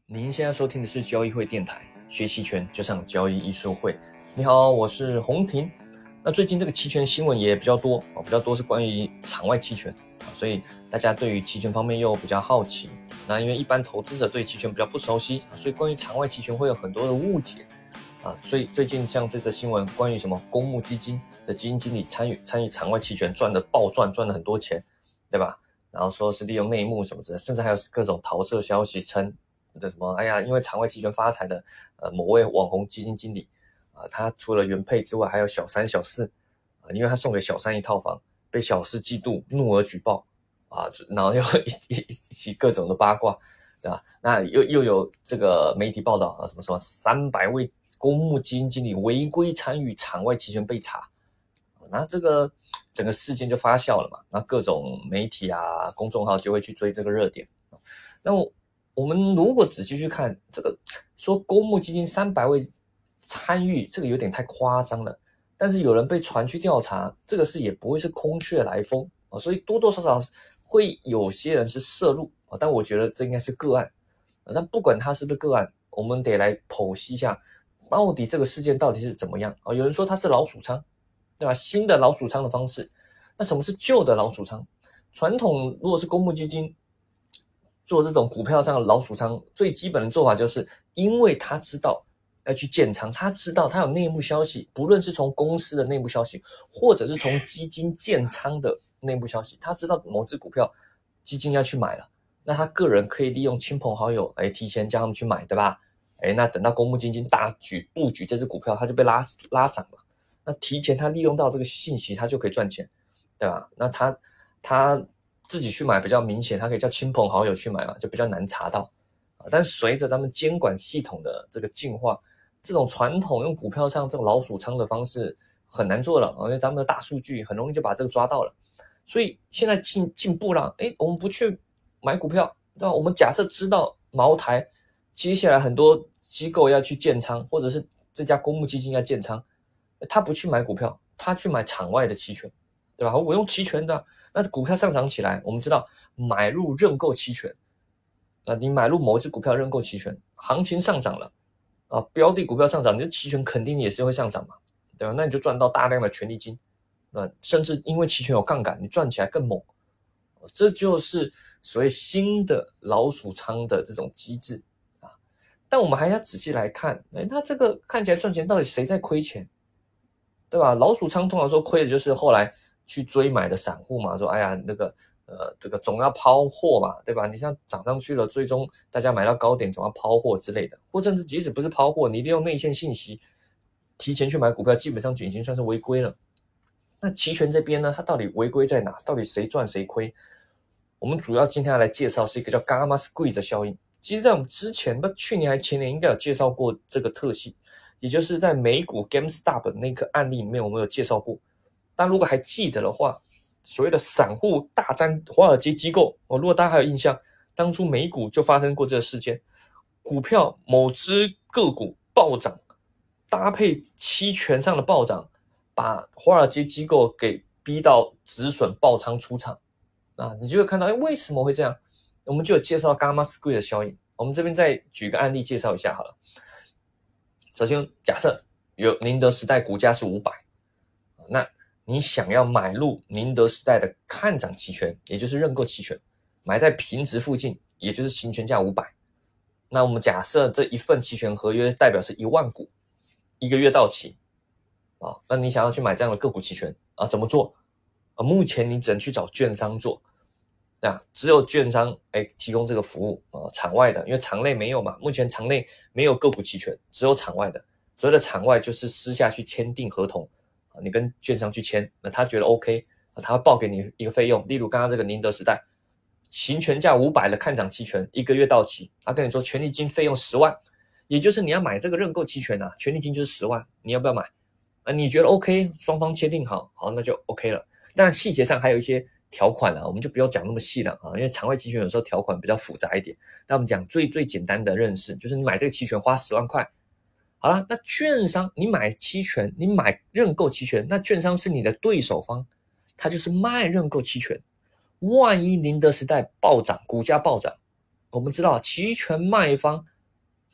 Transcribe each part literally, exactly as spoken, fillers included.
您现在收听的是交易会电台，学期权就上交易艺术会。你好，我是洪婷。那最近这个期权新闻也比较多，比较多是关于场外期权，所以大家对于期权方面又比较好奇。那因为一般投资者对期权比较不熟悉，所以关于场外期权会有很多的误解啊。所以最近像这则新闻，关于什么公募基金的基金经理参与参与场外期权赚的暴赚，赚了很多钱，对吧？然后说是利用内幕什么之类的，甚至还有各种桃色消息称的什么，哎呀，因为场外期权发财的呃某位网红基金经理啊、呃，他除了原配之外，还有小三、小四啊、呃，因为他送给小三一套房，被小四嫉妒，怒而举报啊、呃，然后又一一起各种的八卦，对吧？那又又有这个媒体报道啊，什么什么三百位公募基金经理违规参与场外期权被查。那这个整个事件就发酵了嘛，那各种媒体啊、公众号就会去追这个热点。那我我们如果仔细去看这个，说公募基金三百位参与，这个有点太夸张了。但是有人被传去调查，这个事也不会是空穴来风啊，所以多多少少会有些人是涉入啊，但我觉得这应该是个案。但不管它是不是个案，我们得来剖析一下，到底这个事件到底是怎么样啊？有人说它是老鼠仓。对吧？新的老鼠仓的方式，那什么是旧的老鼠仓？传统如果是公募基金做这种股票上的老鼠仓，最基本的做法就是因为他知道要去建仓，他知道他有内幕消息，不论是从公司的内部消息，或者是从基金建仓的内部消息，他知道某只股票基金要去买了，那他个人可以利用亲朋好友，哎，提前叫他们去买，对吧？哎，那等到公募基金大举布局这只股票，它就被拉拉涨了。那提前他利用到这个信息，他就可以赚钱，对吧？那他他自己去买比较明显，他可以叫亲朋好友去买嘛，就比较难查到。但随着咱们监管系统的这个进化，这种传统用股票上这种老鼠仓的方式很难做了，因为咱们的大数据很容易就把这个抓到了。所以现在进进步了，诶，我们不去买股票，对吧？我们假设知道茅台接下来很多机构要去建仓，或者是这家公募基金要建仓。他不去买股票，他去买场外的期权，对吧？我用期权的，那股票上涨起来，我们知道买入认购期权，啊，你买入某一只股票认购期权，行情上涨了，啊，标的股票上涨，你的期权肯定也是会上涨嘛，对吧？那你就赚到大量的权利金，啊，甚至因为期权有杠杆，你赚起来更猛，这就是所谓新的老鼠仓的这种机制啊。但我们还要仔细来看，哎，那这个看起来赚钱，到底谁在亏钱？对吧？老鼠仓通常说亏的就是后来去追买的散户嘛，说哎呀那个呃这个总要抛货嘛，对吧？你像涨上去了，最终大家买到高点总要抛货之类的，或甚至即使不是抛货，你利用内线信息提前去买股票，基本上就已经算是违规了。那期权这边呢，它到底违规在哪？到底谁赚谁亏？我们主要今天要来介绍是一个叫 Gamma Squeeze 效应。其实在我们之前，不去年还前年应该有介绍过这个特性。也就是在美股 GameStop 的那个案例里面，我们有介绍过。但如果还记得的话，所谓的散户大战华尔街机构，哦，如果大家还有印象，当初美股就发生过这个事件，股票某只个股暴涨，搭配期权上的暴涨，把华尔街机构给逼到止损爆仓出场。啊，你就会看到，哎，为什么会这样？我们就有介绍 Gamma Squeeze 的效应。我们这边再举个案例介绍一下好了。首先，假设有宁德时代股价是五百，那你想要买入宁德时代的看涨期权，也就是认购期权，买在平值附近，也就是行权价五百。那我们假设这一份期权合约代表是一万股，一个月到期啊，那你想要去买这样的个股期权啊，怎么做？啊，目前你只能去找券商做。啊，只有券商哎提供这个服务啊，场外的，因为场内没有嘛，目前场内没有个股期权，只有场外的。所谓的场外就是私下去签订合同啊，你跟券商去签，那他觉得 OK， 他会报给你一个费用，例如刚刚这个宁德时代，行权价五百的看涨期权，一个月到期，他跟你说权利金费用十万，也就是你要买这个认购期权啊，权利金就是十万，你要不要买？啊，你觉得 OK， 双方签订好，好那就 OK 了。但细节上还有一些条款啊，我们就不要讲那么细了啊，因为场外期权有时候条款比较复杂一点。那我们讲最最简单的认识，就是你买这个期权花十万块，好了，那券商你买期权，你买认购期权，那券商是你的对手方，他就是卖认购期权。万一宁德时代暴涨，股价暴涨，我们知道期权卖方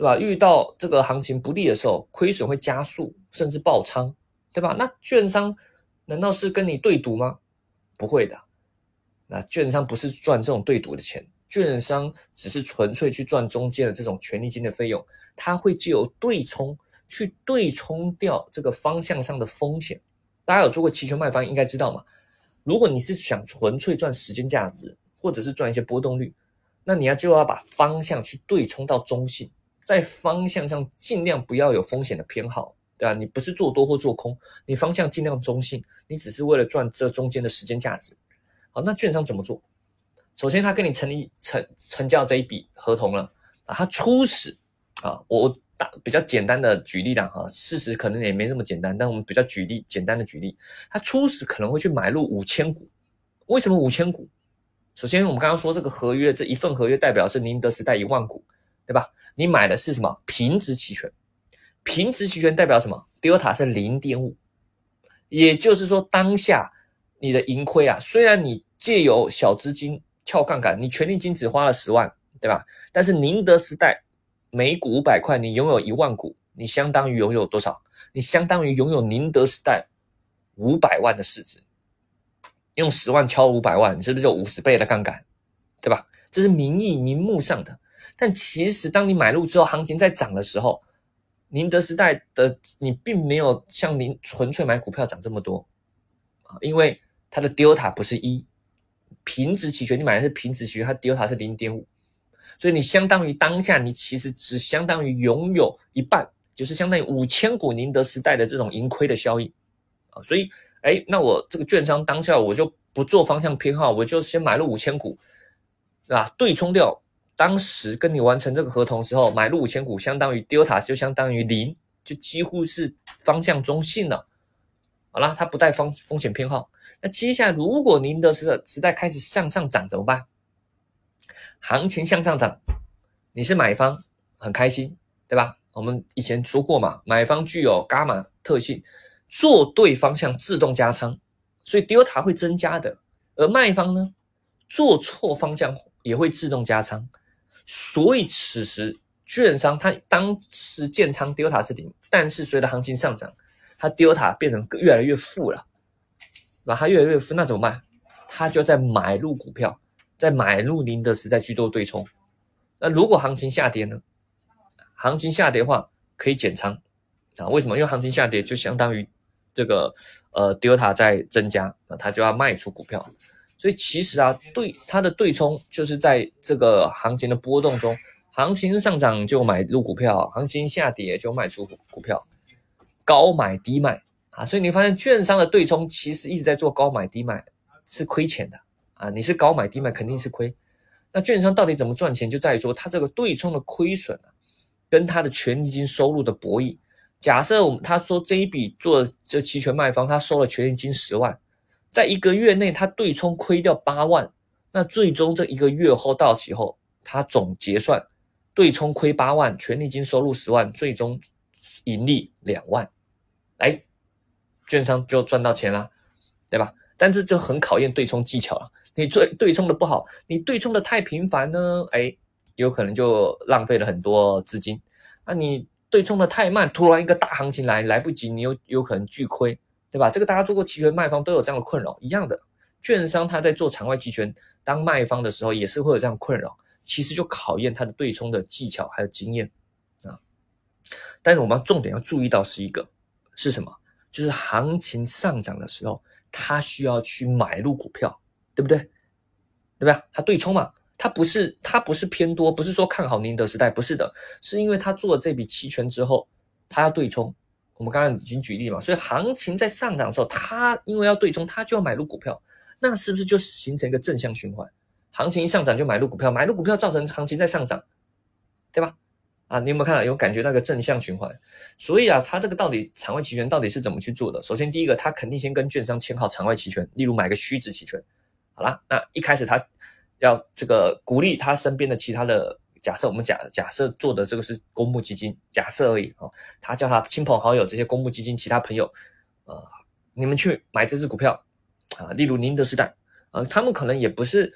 对吧？遇到这个行情不利的时候，亏损会加速，甚至爆仓，对吧？那券商难道是跟你对赌吗？不会的，那券商不是赚这种对赌的钱，券商只是纯粹去赚中间的这种权利金的费用，它会藉由对冲去对冲掉这个方向上的风险。大家有做过期权卖方应该知道嘛？如果你是想纯粹赚时间价值，或者是赚一些波动率，那你要就要把方向去对冲到中性，在方向上尽量不要有风险的偏好，对吧？你不是做多或做空，你方向尽量中性，你只是为了赚这中间的时间价值。好，那券商怎么做？首先他跟你成立成成交这一笔合同了啊，他初始啊，我打比较简单的举例啦啊，事实可能也没那么简单，但我们比较举例简单的举例，他初始可能会去买入五千股，为什么五千股？首先我们刚刚说这个合约，这一份合约代表是宁德时代一万股，对吧？你买的是什么？平值期权，平值期权代表什么 ？Delta 是 零点五， 也就是说当下你的盈亏啊，虽然你借由小资金撬杠杆，你权利金只花了十万，对吧？但是宁德时代每股五百块，你拥有一万股，你相当于拥有多少？你相当于拥有宁德时代五百万的市值。用十万敲五百万，你是不是就五十倍的杠杆？对吧？这是名义名目上的，但其实当你买入之后，行情在涨的时候，宁德时代的你并没有像您纯粹买股票涨这么多，因为它的 Delta 不是一，平值期权你买的是平值期权，它 Delta 是 零点五， 所以你相当于当下你其实只相当于拥有一半，就是相当于五千股宁德时代的这种盈亏的效应啊，所以哎，那我这个券商当下我就不做方向偏好，我就先买入五千股，对吧？对冲掉当时跟你完成这个合同的时候，买入五千股，相当于 Delta 就相当于零，就几乎是方向中性了。好啦，它不带风风险偏好。那接下来如果宁德时代开始向上涨怎么办？行情向上涨，你是买方，很开心，对吧？我们以前说过嘛，买方具有伽马特性。做对方向自动加仓，所以 Delta 会增加的。而卖方呢，做错方向也会自动加仓。所以此时券商它当时建仓 Delta 是零，但是随着行情上涨，它 Delta 变成越来越负了，把它越来越负，那怎么办？它就在买入股票，在买入宁德时代去做对冲。那如果行情下跌呢？行情下跌的话，可以减仓啊？为什么？因为行情下跌就相当于这个呃 Delta 在增加，那他就要卖出股票，所以其实啊，对它的对冲就是在这个行情的波动中，行情上涨就买入股票，行情下跌就卖出股票，高买低卖啊，所以你发现券商的对冲其实一直在做高买低卖，是亏钱的啊，你是高买低卖肯定是亏。那券商到底怎么赚钱，就在于说它这个对冲的亏损啊，跟它的权利金收入的博弈。假设我们他说这一笔做这期权卖方，他收了权利金十万，在一个月内他对冲亏掉八万，那最终这一个月后到期后，他总结算对冲亏八万，权利金收入十万，最终盈利两万，哎，券商就赚到钱了，对吧？但这就很考验对冲技巧了。你对对冲的不好，你对冲的太频繁呢，哎，有可能就浪费了很多资金。那你对冲的太慢，突然一个大行情来，来不及，你又有可能巨亏，对吧？这个大家做过期权卖方都有这样的困扰，一样的。券商他在做场外期权当卖方的时候，也是会有这样的困扰，其实就考验他的对冲的技巧还有经验啊。但是我们要重点要注意到是一个是什么？就是行情上涨的时候，他需要去买入股票，对不对？对吧？他对冲嘛。他不是他不是偏多，不是说看好宁德时代，不是的，是因为他做了这笔期权之后，他要对冲。我们刚刚已经举例嘛，所以行情在上涨的时候，他因为要对冲，他就要买入股票，那是不是就形成一个正向循环？行情一上涨就买入股票，买入股票造成行情在上涨，对吧？啊，你有没有看到有感觉那个正向循环？所以啊，他这个到底场外期权到底是怎么去做的？首先第一个，他肯定先跟券商签好场外期权，例如买个虚值期权。好啦，那一开始他要这个鼓励他身边的其他的，假设我们假假设做的这个是公募基金，假设而已哦，他叫他亲朋好友这些公募基金其他朋友，呃，你们去买这只股票啊，例如宁德时代啊，他们可能也不是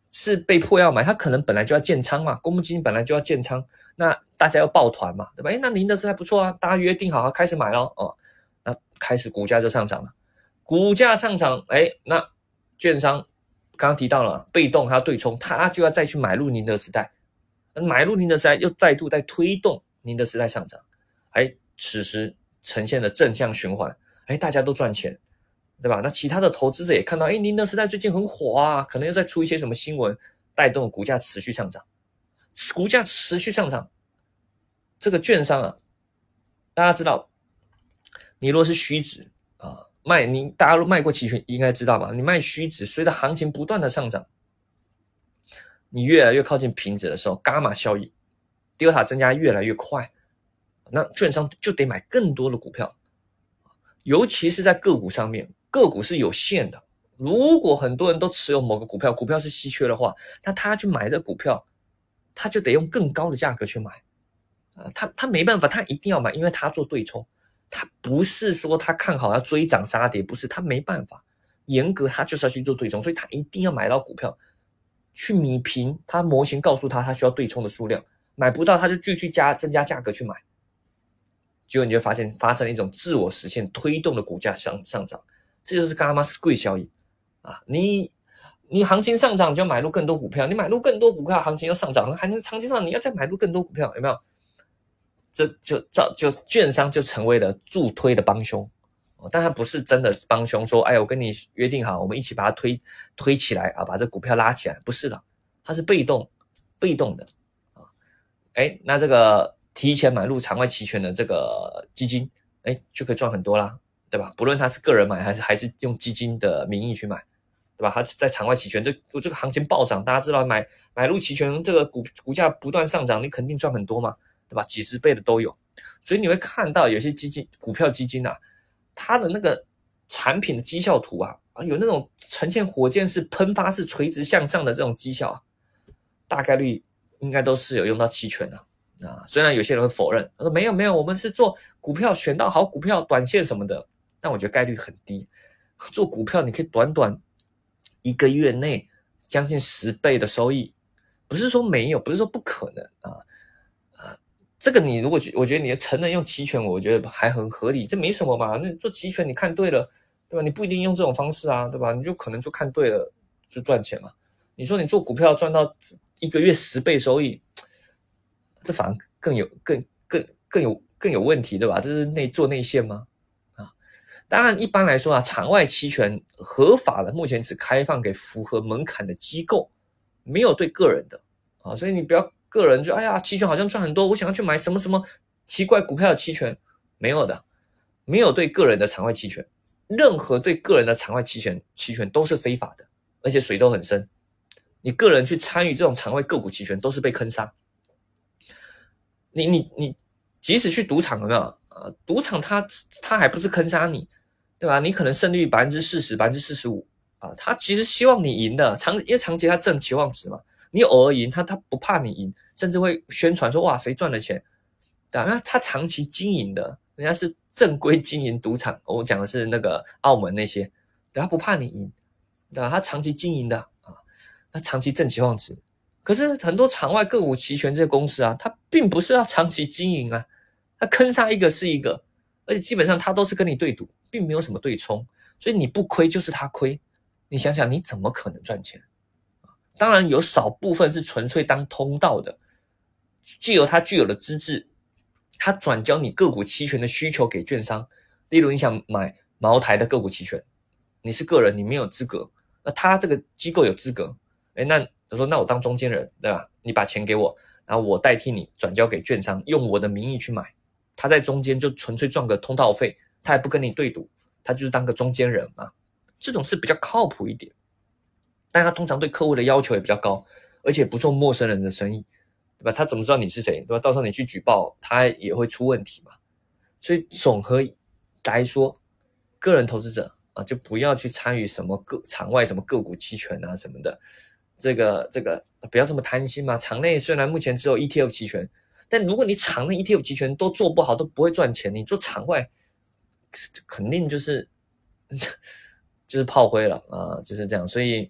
是被迫要买，他可能本来就要建仓嘛，公募基金本来就要建仓，那大家要抱团嘛，对吧？诶，那宁德时代不错啊，大家约定好开始买咯哦，那开始股价就上涨了，股价上涨，诶，那券商刚刚提到了被动他对冲，他就要再去买入宁德时代，买入宁德时代又再度在推动宁德时代上涨，诶，此时呈现了正向循环，诶，大家都赚钱。对吧？那其他的投资者也看到，哎，宁德时代最近很火啊，可能又在出一些什么新闻，带动股价持续上涨。股价持续上涨，这个券商啊，大家知道，你若是虚值啊，卖你大家都卖过期权，应该知道吧？你卖虚值，随着行情不断的上涨，你越来越靠近平值的时候，伽马效应，德尔塔增加越来越快，那券商就得买更多的股票，尤其是在个股上面。个股是有限的，如果很多人都持有某个股票，股票是稀缺的话，那他去买这股票，他就得用更高的价格去买，啊，他他没办法，他一定要买，因为他做对冲，他不是说他看好要追涨杀跌，不是，他没办法，严格他就是要去做对冲，所以他一定要买到股票，去弭平他模型告诉他他需要对冲的数量，买不到他就继续加增加价格去买，结果你就发现发生了一种自我实现推动的股价上上涨。这就是伽马 squeeze 效应啊！你你行情上涨，你就要买入更多股票，你买入更多股票，行情又上涨，行情长期上你要再买入更多股票，有没有？这就造就券商就成为了助推的帮凶，哦，但他不是真的帮凶，说哎，我跟你约定好，我们一起把它推推起来啊，把这股票拉起来，不是的，它是被动被动的啊。哎，那这个提前买入场外期权的这个基金，哎，就可以赚很多啦。对吧？不论他是个人买还是还是用基金的名义去买，对吧？他在场外期权，这这个行情暴涨，大家知道买买入期权，这个股股价不断上涨，你肯定赚很多嘛，对吧？几十倍的都有，所以你会看到有些基金股票基金啊，它的那个产品的绩效图啊，有那种呈现火箭式喷发式垂直向上的这种绩效啊，大概率应该都是有用到期权的。啊，虽然有些人会否认，他说没有没有，我们是做股票选到好股票，短线什么的。但我觉得概率很低，做股票你可以短短一个月内将近十倍的收益，不是说没有，不是说不可能啊啊！这个你如果我觉得你承认用期权，我觉得还很合理，这没什么嘛。那做期权你看对了，对吧？你不一定用这种方式啊，对吧？你就可能就看对了就赚钱嘛。你说你做股票赚到一个月十倍收益，这反而更有更更更有更有问题，对吧？这是内做内线吗？当然，一般来说啊，场外期权合法的，目前只开放给符合门槛的机构，没有对个人的啊，所以你不要个人就哎呀，期权好像赚很多，我想要去买什么什么奇怪股票的期权，没有的，没有对个人的场外期权，任何对个人的场外期权期权都是非法的，而且水都很深，你个人去参与这种场外个股期权都是被坑杀。你你你，即使去赌场有没有啊？赌场他他还不是坑杀你？对吧？你可能胜率百分之四十、百分之四十五啊，他其实希望你赢的，长因为长期他挣期望值嘛，你偶尔赢，他他不怕你赢，甚至会宣传说哇谁赚了钱，对吧？那他长期经营的，人家是正规经营赌场，我讲的是那个澳门那些，对，他不怕你赢，对吧？他长期经营的啊，他长期挣期望值，可是很多场外个股期权这些公司啊，他并不是要长期经营啊，他坑杀一个是一个。而且基本上他都是跟你对赌，并没有什么对冲，所以你不亏就是他亏。你想想，你怎么可能赚钱？当然有少部分是纯粹当通道的，既有他具有的资质，他转交你个股期权的需求给券商。例如你想买茅台的个股期权，你是个人，你没有资格，那他这个机构有资格。诶，那我说那我当中间人，对吧？你把钱给我，然后我代替你转交给券商，用我的名义去买。他在中间就纯粹赚个通道费，他也不跟你对赌，他就是当个中间人嘛，这种是比较靠谱一点，但他通常对客户的要求也比较高，而且不做陌生人的生意，对吧？他怎么知道你是谁，对吧？到时候你去举报，他也会出问题嘛。所以总和来说，个人投资者啊，就不要去参与什么个场外什么个股期权啊什么的，这个这个不要这么贪心嘛。场内虽然目前只有 E T F 期权。但如果你场内 E T F 期权都做不好，都不会赚钱，你做场外肯定就是就是炮灰了啊，就是这样。所以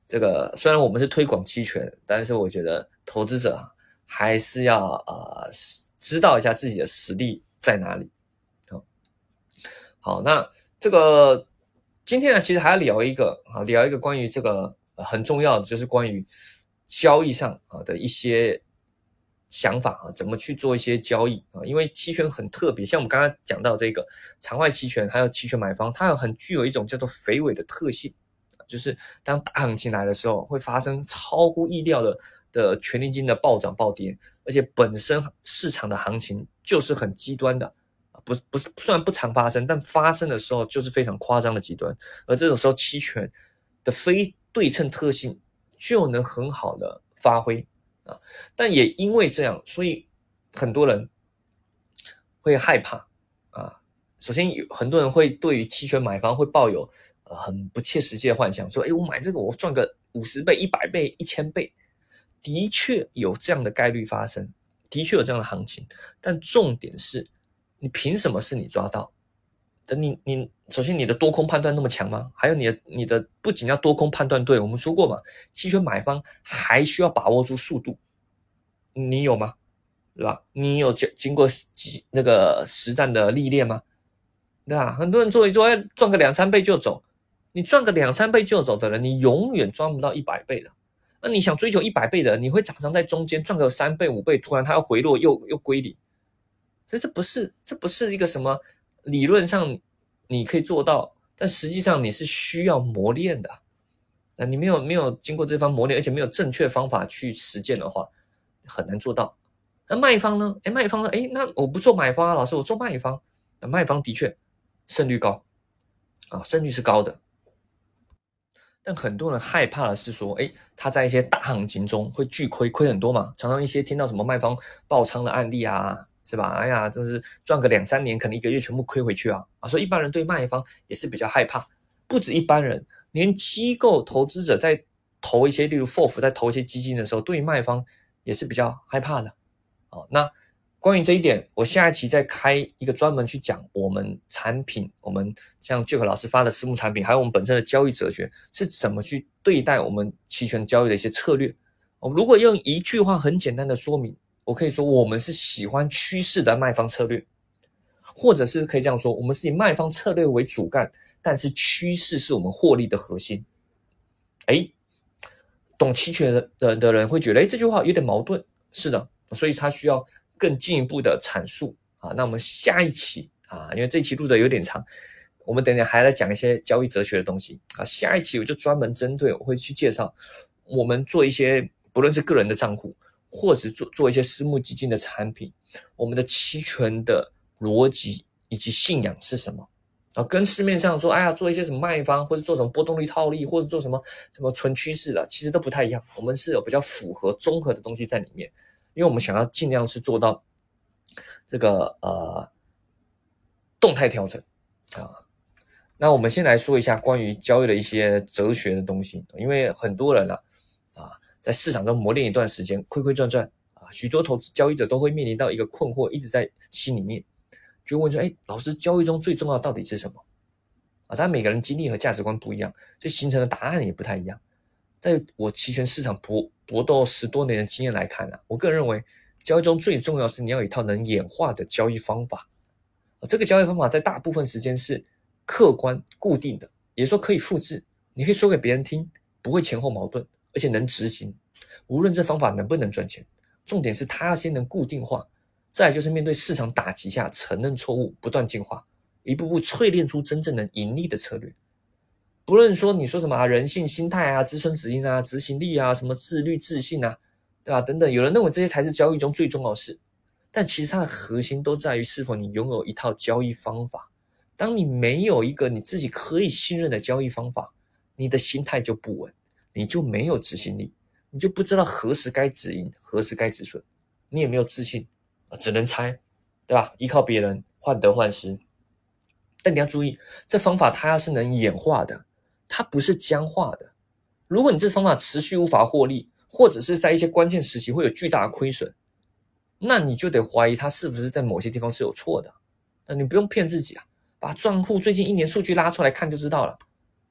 这个虽然我们是推广期权，但是我觉得投资者还是要呃知道一下自己的实力在哪里。好，好，那这个今天呢，其实还要聊一个啊，聊一个关于这个、呃、很重要的，就是关于交易上啊的一些想法啊，怎么去做一些交易啊？因为期权很特别，像我们刚刚讲到这个场外期权，还有期权买方，它有很具有一种叫做肥尾的特性，就是当大行情来的时候，会发生超乎意料的的权利金的暴涨暴跌，而且本身市场的行情就是很极端的。不是不是，虽然不常发生，但发生的时候就是非常夸张的极端，而这种时候期权的非对称特性就能很好的发挥啊。但也因为这样，所以很多人会害怕啊。首先有很多人会对于期权买方会抱有呃很不切实际的幻想，说，诶，我买这个我赚个五十倍、一百倍、一千倍，的确有这样的概率发生，的确有这样的行情，但重点是。你凭什么是你抓到？你你首先你的多空判断那么强吗？还有你的你的不仅要多空判断对，我们说过嘛，期权买方还需要把握住速度，你有吗？对吧？你有经过那个实战的历练吗？对吧？很多人做一做，赚个两三倍就走，你赚个两三倍就走的人，你永远赚不到一百倍的。那你想追求一百倍的，你会常常在中间赚个三倍五倍，突然它要回落又又归零。所以这不是这不是一个什么理论上你可以做到，但实际上你是需要磨练的。那你没有没有经过这番磨练，而且没有正确方法去实践的话，很难做到。那卖方呢？哎，卖方呢？哎，那我不做买方啊，老师，我做卖方。那卖方的确胜率高啊，胜率是高的。但很多人害怕的是说，哎，他在一些大行情中会巨亏，亏很多嘛。常常一些听到什么卖方爆仓的案例啊。是吧？哎呀，就是赚个两三年，可能一个月全部亏回去啊！啊，所以一般人对卖方也是比较害怕，不止一般人，连机构投资者在投一些，例如 F O F 在投一些基金的时候，对于卖方也是比较害怕的。哦，那关于这一点，我下一期再开一个专门去讲我们产品，我们像 Jack 老师发的私募产品，还有我们本身的交易哲学是怎么去对待我们期权交易的一些策略。我们如果用一句话很简单的说明。我可以说，我们是喜欢趋势的卖方策略，或者是可以这样说，我们是以卖方策略为主干，但是趋势是我们获利的核心。哎，懂期权的的人会觉得，哎，这句话有点矛盾。是的，所以他需要更进一步的阐述啊。那我们下一期啊，因为这一期录的有点长，我们等一下还来讲一些交易哲学的东西啊。下一期我就专门针对，我会去介绍我们做一些，不论是个人的账户。或者做做一些私募基金的产品，我们的期权的逻辑以及信仰是什么？然后跟市面上说，哎呀，做一些什么卖方，或者做什么波动率套利，或者做什么什么纯趋势的，其实都不太一样。我们是有比较符合综合的东西在里面，因为我们想要尽量是做到这个呃动态调整啊。那我们先来说一下关于交易的一些哲学的东西，因为很多人啊啊。在市场中磨练一段时间，亏亏赚赚啊，许多投资交易者都会面临到一个困惑，一直在心里面，就问说：哎，老师，交易中最重要的到底是什么？啊，当然每个人经历和价值观不一样，所以形成的答案也不太一样。在我期权市场搏搏斗十多年的经验来看啊，我个人认为，交易中最重要的是你要有一套能演化的交易方法。啊，这个交易方法在大部分时间是客观固定的，也就是说可以复制，你可以说给别人听，不会前后矛盾。而且能执行，无论这方法能不能赚钱，重点是它要先能固定化，再来就是面对市场打击下承认错误，不断进化，一步步淬炼出真正能盈利的策略。不论说你说什么、啊、人性、心态啊、自尊、止盈啊、执行力啊、什么自律、自信啊，对吧？等等，有人认为这些才是交易中最重要的事，但其实它的核心都在于是否你拥有一套交易方法。当你没有一个你自己可以信任的交易方法，你的心态就不稳。你就没有执行力，你就不知道何时该止盈，何时该止损，你也没有自信，只能猜，对吧？依靠别人患得患失。但你要注意，这方法它要是能演化的，它不是僵化的。如果你这方法持续无法获利，或者是在一些关键时期会有巨大的亏损，那你就得怀疑它是不是在某些地方是有错的。那你不用骗自己啊，把账户最近一年数据拉出来看就知道了。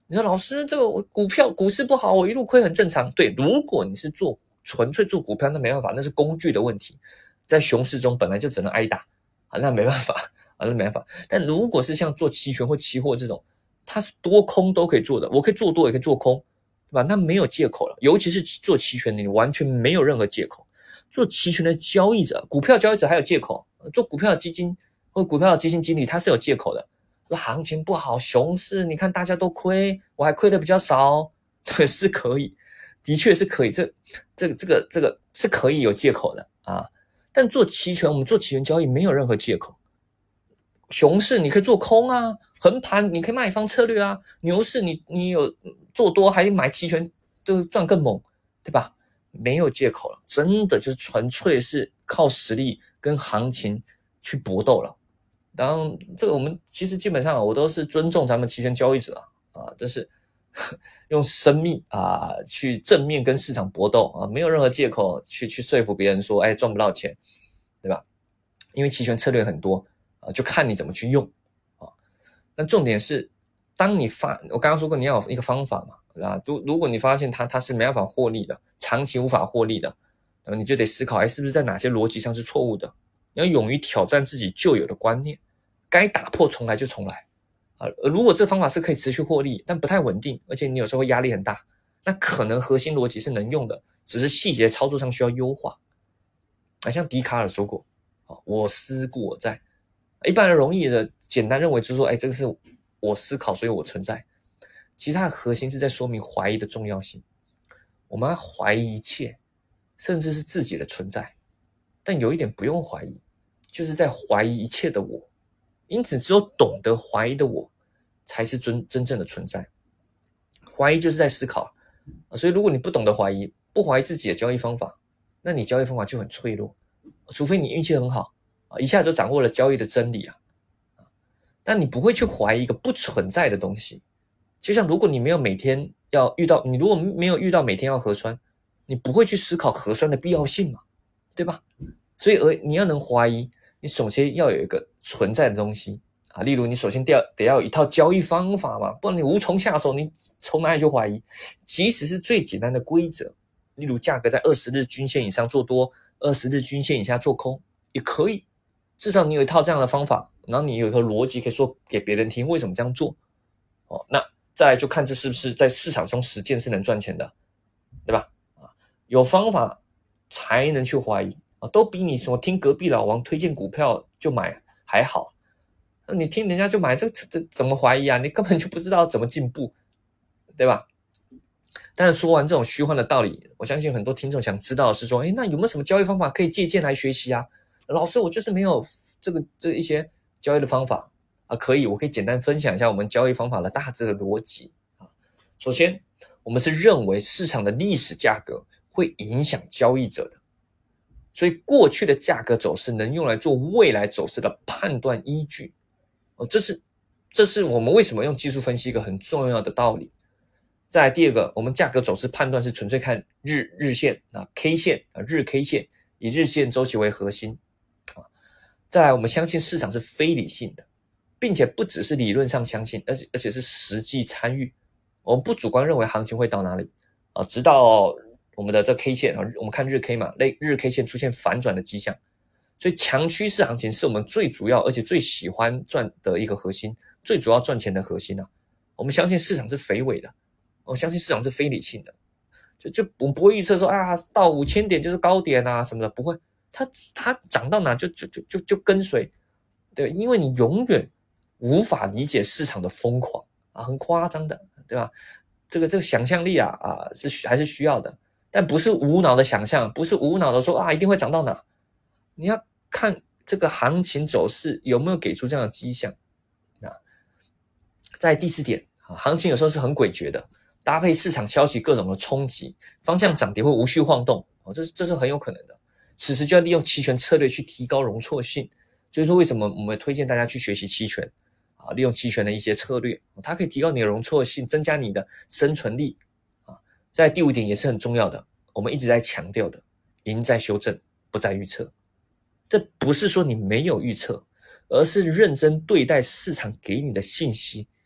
你说老师，这个我股票股市不好，我一路亏很正常。对，如果你是做纯粹做股票，那没办法，那是工具的问题，在熊市中本来就只能挨打啊，那没办法啊，那没办法。但如果是像做期权或期货这种，它是多空都可以做的，我可以做多也可以做空，对吧？那没有借口了，尤其是做期权的，你完全没有任何借口。做期权的交易者，股票交易者还有借口，做股票的基金或股票的基金经理他是有借口的。说行情不好，熊市，你看大家都亏，我还亏的比较少，对，是可以，的确是可以，这这个这个这个是可以有借口的啊。但做期权，我们做期权交易没有任何借口。熊市你可以做空啊，横盘你可以卖方策略啊，牛市你你有做多还买期权，就赚更猛，对吧？没有借口了，真的就是纯粹是靠实力跟行情去搏斗了。当然，这个我们其实基本上我都是尊重咱们期权交易者啊，啊，就是用生命啊去正面跟市场搏斗啊，没有任何借口去去说服别人说，哎，赚不到钱，对吧？因为期权策略很多啊，就看你怎么去用啊。那重点是，当你发，我刚刚说过你要有一个方法嘛，啊，如如果你发现它它是没办法获利的，长期无法获利的，那么你就得思考，哎，是不是在哪些逻辑上是错误的？你要勇于挑战自己旧有的观念，该打破重来就重来啊！如果这方法是可以持续获利，但不太稳定，而且你有时候会压力很大，那可能核心逻辑是能用的，只是细节操作上需要优化。啊，像笛卡尔说过，啊，我思故我在。一般人容易的简单认为就是说，哎，这个是我思考，所以我存在。其实它的核心是在说明怀疑的重要性。我们要怀疑一切，甚至是自己的存在。但有一点不用怀疑，就是在怀疑一切的我。因此，只有懂得怀疑的我，才是真真正的存在。怀疑就是在思考，所以如果你不懂得怀疑，不怀疑自己的交易方法，那你交易方法就很脆弱，除非你运气很好，一下就掌握了交易的真理啊。但你不会去怀疑一个不存在的东西。就像如果你没有每天要遇到，你如果没有遇到每天要核酸，你不会去思考核酸的必要性嘛，对吧？所以而你要能怀疑，你首先要有一个存在的东西啊，例如你首先得要得要有一套交易方法嘛，不然你无从下手，你从哪里去怀疑？即使是最简单的规则，例如价格在二十日均线以上做多，二十日均线以下做空也可以，至少你有一套这样的方法，然后你有一个逻辑可以说给别人听为什么这样做哦。那再来就看这是不是在市场中实践是能赚钱的，对吧？啊，有方法才能去怀疑。都比你什么听隔壁老王推荐股票就买还好，你听人家就买，这这怎么怀疑啊？你根本就不知道怎么进步，对吧？但是说完这种虚幻的道理，我相信很多听众想知道的是说，哎，那有没有什么交易方法可以借鉴来学习啊？老师，我就是没有这个这一些交易的方法啊，可以，我可以简单分享一下我们交易方法的大致的逻辑啊。首先，我们是认为市场的历史价格会影响交易者的。所以过去的价格走势能用来做未来走势的判断依据，哦，这是这是我们为什么用技术分析一个很重要的道理。再来第二个，我们价格走势判断是纯粹看日日线啊 K 线啊日 K 线，以日线周期为核心啊。再来，我们相信市场是非理性的，并且不只是理论上相信，而且而且是实际参与。我们不主观认为行情会到哪里啊，直到我们的这 K 线，我们看日 K 嘛，日 K 线出现反转的迹象，所以强趋势行情是我们最主要而且最喜欢赚的一个核心，最主要赚钱的核心啊。我们相信市场是肥尾的，我相信市场是非理性的，就就我们不会预测说啊到五千点就是高点啊什么的，不会，它它涨到哪就就就就就跟随，对，因为你永远无法理解市场的疯狂啊，很夸张的，对吧？这个这个想象力啊啊是还是需要的。但不是无脑的想象，不是无脑的说啊一定会涨到哪，你要看这个行情走势有没有给出这样的迹象啊。在第四点啊，行情有时候是很诡谲的，搭配市场消息各种的冲击，方向涨跌会无序晃动，哦，这是这是很有可能的。此时就要利用期权策略去提高容错性，所以说为什么我们推荐大家去学习期权啊，利用期权的一些策略，它可以提高你的容错性，增加你的生存力。在第五点也是很重要的，我们一直在强调的，赢在修正，不在预测。这不是说你没有预测，而是认真对待市场给你的信息，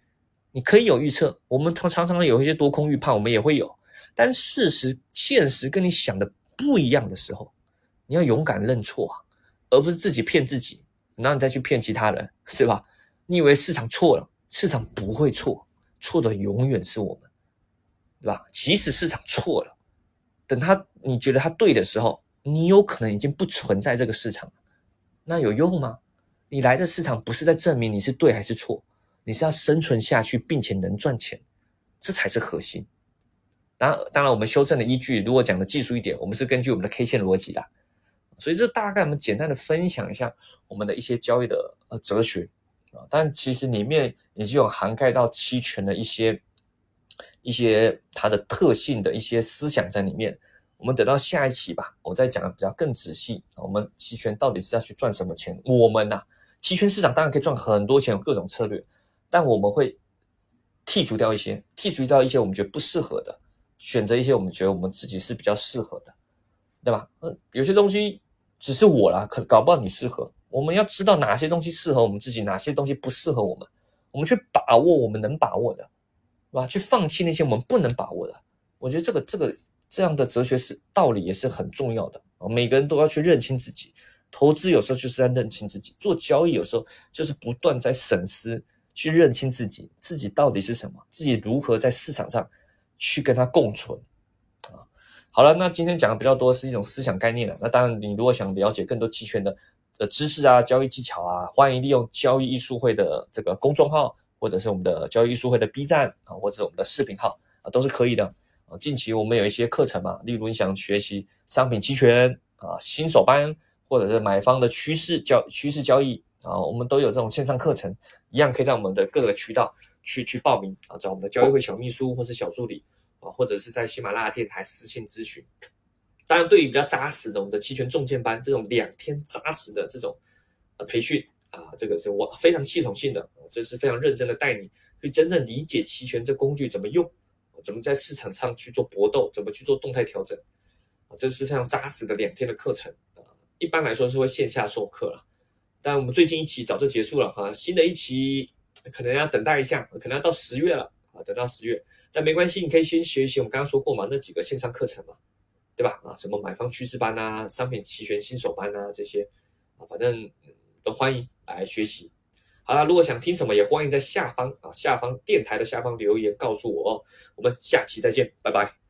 你可以有预测，我们常常有一些多空预判，我们也会有，但事实、现实跟你想的不一样的时候，你要勇敢认错啊，而不是自己骗自己，然后你再去骗其他人，是吧？你以为市场错了，市场不会错，错的永远是我们，对吧？即使市场错了，等他你觉得他对的时候，你有可能已经不存在这个市场了，那有用吗？你来的市场不是在证明你是对还是错，你是要生存下去，并且能赚钱，这才是核心。当然，当然，我们修正的依据，如果讲的技术一点，我们是根据我们的 K 线逻辑啦。所以这大概我们简单的分享一下我们的一些交易的呃哲学啊，但其实里面已经有涵盖到期权的一些一些它的特性的一些思想在里面。我们等到下一期吧，我再讲的比较更仔细。我们期权到底是要去赚什么钱？我们啊，期权市场当然可以赚很多钱，有各种策略，但我们会剔除掉一些，剔除掉一些我们觉得不适合的，选择一些我们觉得我们自己是比较适合的，对吧？呃，有些东西只是我啦，可搞不好你适合。我们要知道哪些东西适合我们自己，哪些东西不适合我们，我们去把握我们能把握的，对吧？去放弃那些我们不能把握的。我觉得这个这个这样的哲学是道理也是很重要的。每个人都要去认清自己，投资有时候就是在认清自己，做交易有时候就是不断在审思，去认清自己，自己到底是什么，自己如何在市场上去跟它共存。好了，那今天讲的比较多是一种思想概念了。那当然，你如果想了解更多期权的的知识啊、交易技巧啊，欢迎利用交易艺术会的这个公众号，或者是我们的交易艺术会的 B 站啊，或者是我们的视频号啊，都是可以的。啊，近期我们有一些课程嘛，例如你想学习商品期权啊、新手班，或者是买方的趋势交趋势交易啊，我们都有这种线上课程，一样可以在我们的各个渠道去去报名啊，找我们的交易会小秘书或是小助理。啊，或者是在喜马拉雅电台私信咨询。当然，对于比较扎实的我们的期权重建班这种两天扎实的这种呃培训啊，这个是我非常系统性的，这是非常认真的带你去真正理解期权这工具怎么用，怎么在市场上去做搏斗，怎么去做动态调整啊，这是非常扎实的两天的课程啊。一般来说是会线下授课了，但我们最近一期早就结束了哈，新的一期可能要等待一下，可能要到十月了啊，等到十月。但没关系，你可以先学一学我们刚刚说过嘛，那几个线上课程嘛，对吧？啊，什么买方趋势班啊、商品期权新手班啊这些啊，反正、嗯、都欢迎来学习。好了，如果想听什么，也欢迎在下方啊下方电台的下方留言告诉我哦。我们下期再见，拜拜。